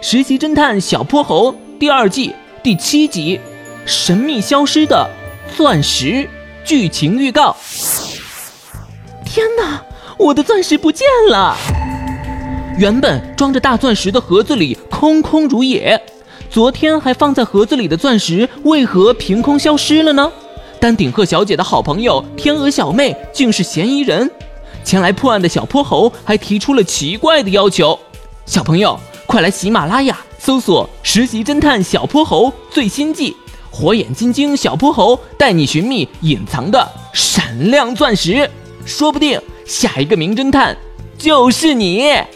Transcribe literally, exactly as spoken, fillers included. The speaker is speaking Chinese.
实习侦探小泼猴》第二季第七集《神秘消失的钻石》剧情预告。天哪，我的钻石不见了！原本装着大钻石的盒子里空空如也，昨天还放在盒子里的钻石为何凭空消失了呢？丹顶鹤小姐的好朋友天鹅小妹竟是嫌疑人。前来破案的小泼猴还提出了奇怪的要求，小朋友快来喜马拉雅搜索实习侦探小泼猴最新季，火眼金睛小泼猴带你寻觅隐藏的闪亮钻石，说不定下一个名侦探就是你。